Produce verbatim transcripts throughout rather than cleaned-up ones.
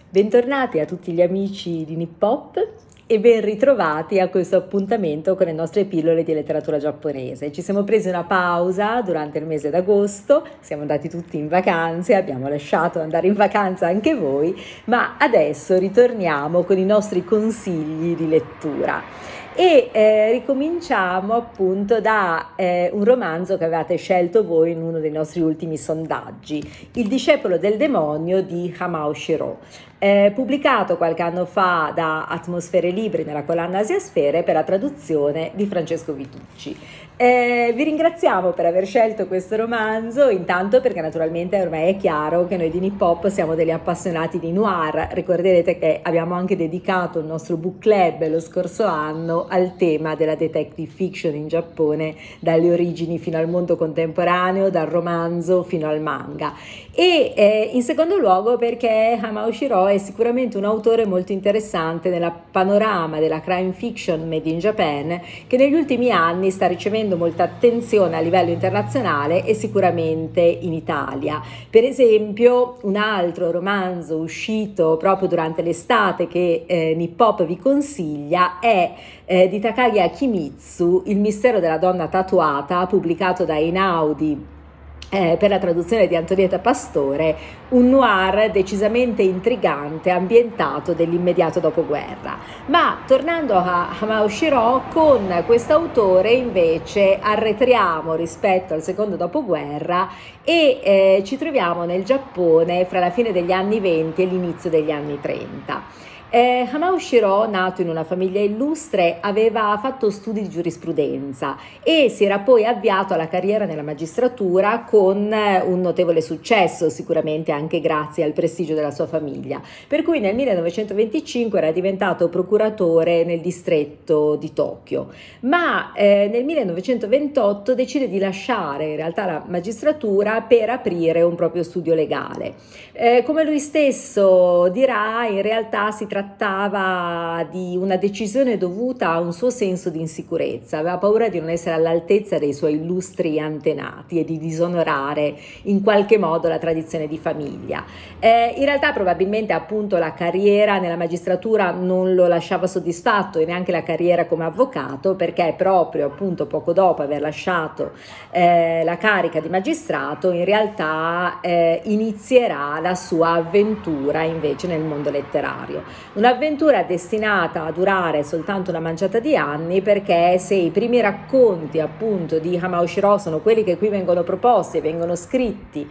Bentornati a tutti gli amici di Nippop e ben ritrovati a questo appuntamento con le nostre pillole di letteratura giapponese. Ci siamo presi una pausa durante il mese d'agosto, siamo andati tutti in vacanze, abbiamo lasciato andare in vacanza anche voi, ma adesso ritorniamo con i nostri consigli di lettura. E eh, ricominciamo appunto da eh, un romanzo che avevate scelto voi in uno dei nostri ultimi sondaggi, Il discepolo del demonio di Hamao Shiro, eh, pubblicato qualche anno fa da Atmosfere Libri nella collana Asiasfere per la traduzione di Francesco Vitucci. Eh, vi ringraziamo per aver scelto questo romanzo, intanto perché naturalmente ormai è chiaro che noi di Nippop siamo degli appassionati di noir. Ricorderete che abbiamo anche dedicato il nostro book club lo scorso anno al tema della detective fiction in Giappone, dalle origini fino al mondo contemporaneo, dal romanzo fino al manga. E eh, in secondo luogo perché Hamao Shiro è sicuramente un autore molto interessante nel panorama della crime fiction made in Japan, che negli ultimi anni sta ricevendo molta attenzione a livello internazionale e sicuramente in Italia. Per esempio, un altro romanzo uscito proprio durante l'estate che eh, Nippop vi consiglia è eh, di Takagi Akimitsu, Il mistero della donna tatuata, pubblicato da Einaudi Eh, per la traduzione di Antonietta Pastore, un noir decisamente intrigante ambientato dell'immediato dopoguerra. Ma tornando a Hamao Shiro, con quest'autore invece arretriamo rispetto al secondo dopoguerra e eh, ci troviamo nel Giappone fra la fine degli anni venti e l'inizio degli anni trenta. Eh, Hamao Shiro, nato in una famiglia illustre, aveva fatto studi di giurisprudenza e si era poi avviato alla carriera nella magistratura con eh, un notevole successo, sicuramente anche grazie al prestigio della sua famiglia. Per cui nel millenovecentoventicinque era diventato procuratore nel distretto di Tokyo, ma eh, nel millenovecentoventotto decide di lasciare in realtà la magistratura per aprire un proprio studio legale. Eh, come lui stesso dirà, in realtà si tratta trattava di una decisione dovuta a un suo senso di insicurezza, aveva paura di non essere all'altezza dei suoi illustri antenati e di disonorare in qualche modo la tradizione di famiglia. Eh, in realtà probabilmente appunto la carriera nella magistratura non lo lasciava soddisfatto e neanche la carriera come avvocato, perché proprio appunto poco dopo aver lasciato eh, la carica di magistrato in realtà eh, inizierà la sua avventura invece nel mondo letterario. Un'avventura destinata a durare soltanto una manciata di anni, perché se i primi racconti appunto di Hamao Shiro sono quelli che qui vengono proposti e vengono scritti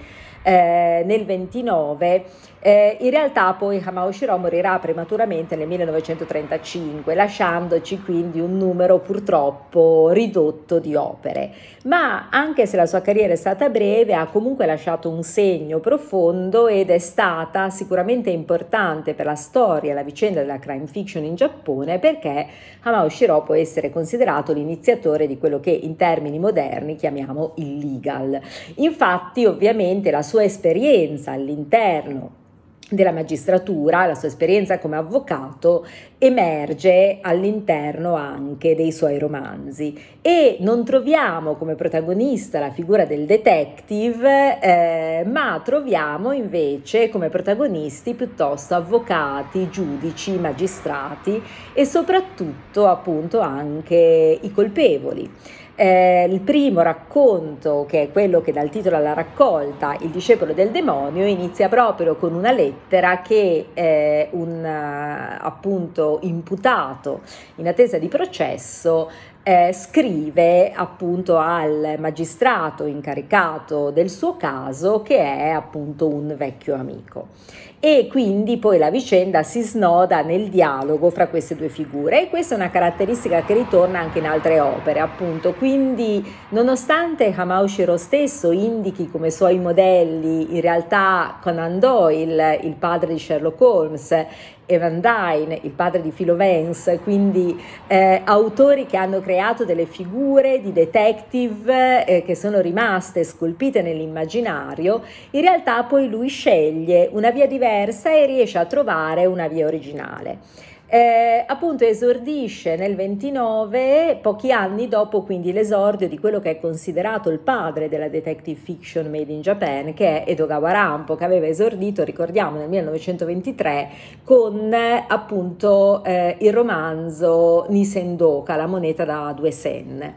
eh, nel ventinove, eh, in realtà poi Hamao Shiro morirà prematuramente nel millenovecentotrentacinque, lasciandoci quindi un numero purtroppo ridotto di opere. Ma anche se la sua carriera è stata breve, ha comunque lasciato un segno profondo ed è stata sicuramente importante per la storia e la vicenda della crime fiction in Giappone, perché Hamao Shiro può essere considerato l'iniziatore di quello che in termini moderni chiamiamo il legal. Infatti, ovviamente, la sua esperienza all'interno della magistratura, la sua esperienza come avvocato emerge all'interno anche dei suoi romanzi e non troviamo come protagonista la figura del detective, eh, ma troviamo invece come protagonisti piuttosto avvocati, giudici, magistrati e soprattutto appunto anche i colpevoli. Eh, il primo racconto, che è quello che dà il titolo alla raccolta, Il discepolo del demonio, inizia proprio con una lettera che eh, un uh, appunto imputato in attesa di processo eh, scrive appunto al magistrato incaricato del suo caso, che è appunto un vecchio amico. E quindi poi la vicenda si snoda nel dialogo fra queste due figure, e questa è una caratteristica che ritorna anche in altre opere, appunto. Quindi nonostante Hamao Shiro stesso indichi come suoi modelli in realtà Conan Doyle, il padre di Sherlock Holmes, e Van Dyne, il padre di Philo Vance, quindi eh, autori che hanno creato delle figure di detective eh, che sono rimaste scolpite nell'immaginario, in realtà poi lui sceglie una via diversa e riesce a trovare una via originale. Eh, appunto esordisce nel ventinove, pochi anni dopo quindi l'esordio di quello che è considerato il padre della detective fiction made in Japan, che è Edogawa Rampo, che aveva esordito, ricordiamo, nel millenovecentoventitré con eh, appunto eh, il romanzo Nisendoka, la moneta da due sen.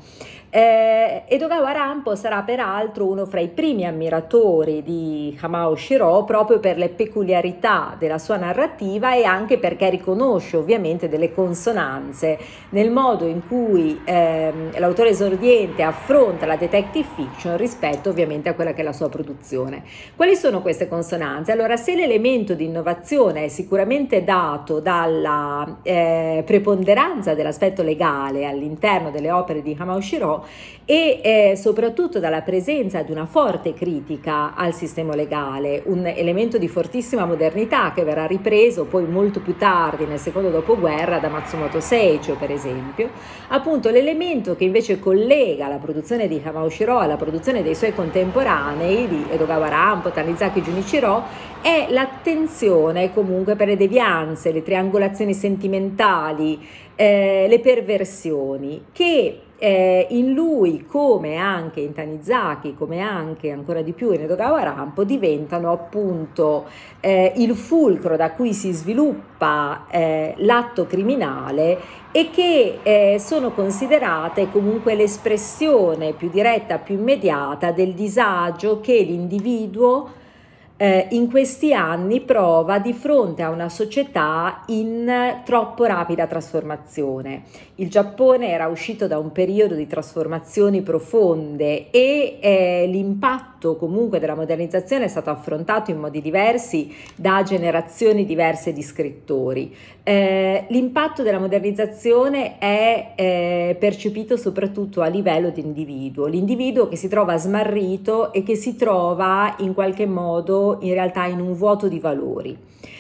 Eh, Edogawa Rampo sarà peraltro uno fra i primi ammiratori di Hamao Shirō proprio per le peculiarità della sua narrativa e anche perché riconosce ovviamente delle consonanze nel modo in cui ehm, l'autore esordiente affronta la detective fiction rispetto ovviamente a quella che è la sua produzione. Quali sono queste consonanze? Allora, se l'elemento di innovazione è sicuramente dato dalla eh, preponderanza dell'aspetto legale all'interno delle opere di Hamao Shirō e eh, soprattutto dalla presenza di una forte critica al sistema legale, un elemento di fortissima modernità che verrà ripreso poi molto più tardi nel secondo dopoguerra da Matsumoto Seicho per esempio, appunto l'elemento che invece collega la produzione di Hamao Shirō alla produzione dei suoi contemporanei di Edogawa Rampo, Tanizaki Junichiro è l'attenzione comunque per le devianze, le triangolazioni sentimentali, eh, le perversioni che Eh, in lui, come anche in Tanizaki, come anche ancora di più in Edogawa Rampo, diventano appunto eh, il fulcro da cui si sviluppa eh, l'atto criminale e che eh, sono considerate comunque l'espressione più diretta, più immediata del disagio che l'individuo Eh, in questi anni prova di fronte a una società in troppo rapida trasformazione. Il Giappone era uscito da un periodo di trasformazioni profonde e eh, l'impatto comunque della modernizzazione è stato affrontato in modi diversi da generazioni diverse di scrittori. Eh, l'impatto della modernizzazione è eh, percepito soprattutto a livello di individuo, l'individuo che si trova smarrito e che si trova in qualche modo in realtà in un vuoto di valori,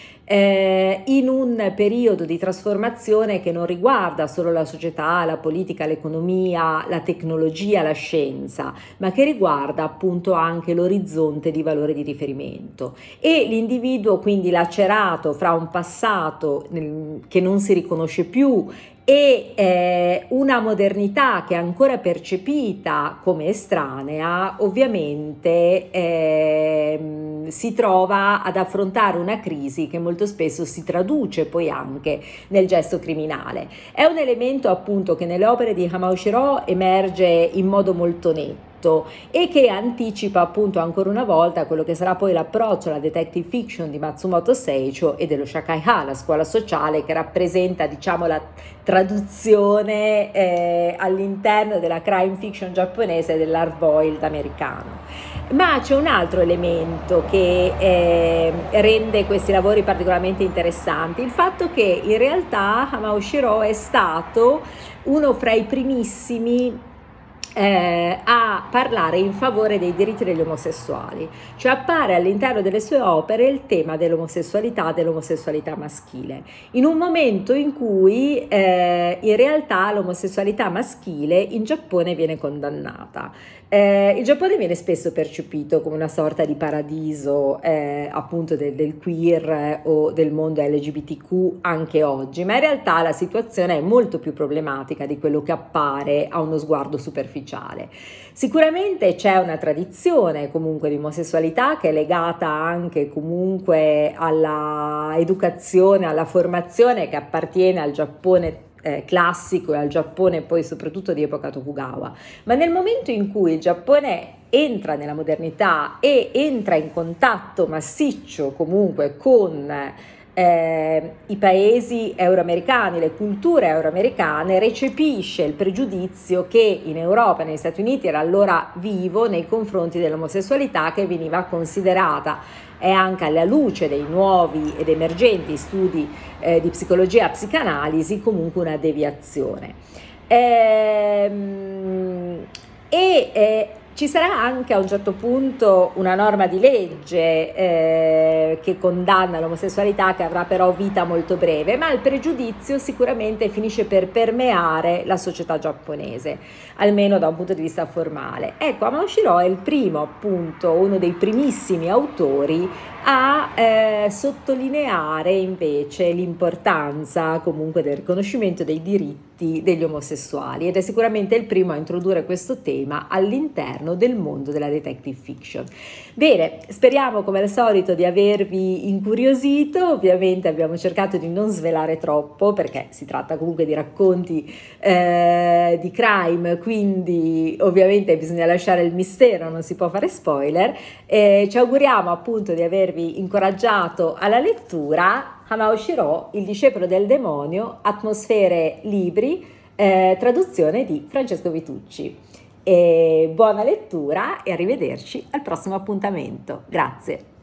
eh, in un periodo di trasformazione che non riguarda solo la società, la politica, l'economia, la tecnologia, la scienza, ma che riguarda appunto anche l'orizzonte di valore di riferimento e l'individuo quindi lacerato fra un passato nel, che non si riconosce più e eh, una modernità che è ancora percepita come estranea, ovviamente eh, si trova ad affrontare una crisi che molto spesso si traduce poi anche nel gesto criminale. È un elemento appunto che nelle opere di Hamao Shirō emerge in modo molto netto e che anticipa appunto ancora una volta quello che sarà poi l'approccio alla detective fiction di Matsumoto Seicho e dello Shakai-ha, la scuola sociale che rappresenta diciamo la traduzione eh, all'interno della crime fiction giapponese dell'hard boiled americano. Ma c'è un altro elemento che eh, rende questi lavori particolarmente interessanti, il fatto che in realtà Hamao Shirō è stato uno fra i primissimi Eh, a parlare in favore dei diritti degli omosessuali, cioè appare all'interno delle sue opere il tema dell'omosessualità, dell'omosessualità maschile, in un momento in cui eh, in realtà l'omosessualità maschile in Giappone viene condannata. Eh, il Giappone viene spesso percepito come una sorta di paradiso eh, appunto del, del queer eh, o del mondo L G B T Q anche oggi, ma in realtà la situazione è molto più problematica di quello che appare a uno sguardo superficiale. Sicuramente c'è una tradizione comunque di omosessualità che è legata anche comunque alla educazione, alla formazione che appartiene al Giappone Eh, classico e al Giappone poi soprattutto di epoca Tokugawa, ma nel momento in cui il Giappone entra nella modernità e entra in contatto massiccio comunque con eh, i paesi euroamericani, le culture euroamericane, recepisce il pregiudizio che in Europa e negli Stati Uniti era allora vivo nei confronti dell'omosessualità, che veniva considerata e anche alla luce dei nuovi ed emergenti studi eh, di psicologia e psicanalisi comunque una deviazione. Ehm, e eh, ci sarà anche a un certo punto una norma di legge eh, che condanna l'omosessualità, che avrà però vita molto breve, ma il pregiudizio sicuramente finisce per permeare la società giapponese, almeno da un punto di vista formale. Ecco, Hamao Shirō è il primo, appunto, uno dei primissimi autori a eh, eh, sottolineare invece l'importanza comunque del riconoscimento dei diritti degli omosessuali, ed è sicuramente il primo a introdurre questo tema all'interno del mondo della detective fiction. Bene, speriamo come al solito di avervi incuriosito. Ovviamente abbiamo cercato di non svelare troppo perché si tratta comunque di racconti eh, di crime, quindi ovviamente bisogna lasciare il mistero, non si può fare spoiler. Eh, ci auguriamo appunto di avervi incoraggiato alla lettura. Hamao Shiro, il discepolo del demonio, atmosfere libri, eh, traduzione di Francesco Vitucci. E buona lettura e arrivederci al prossimo appuntamento. Grazie.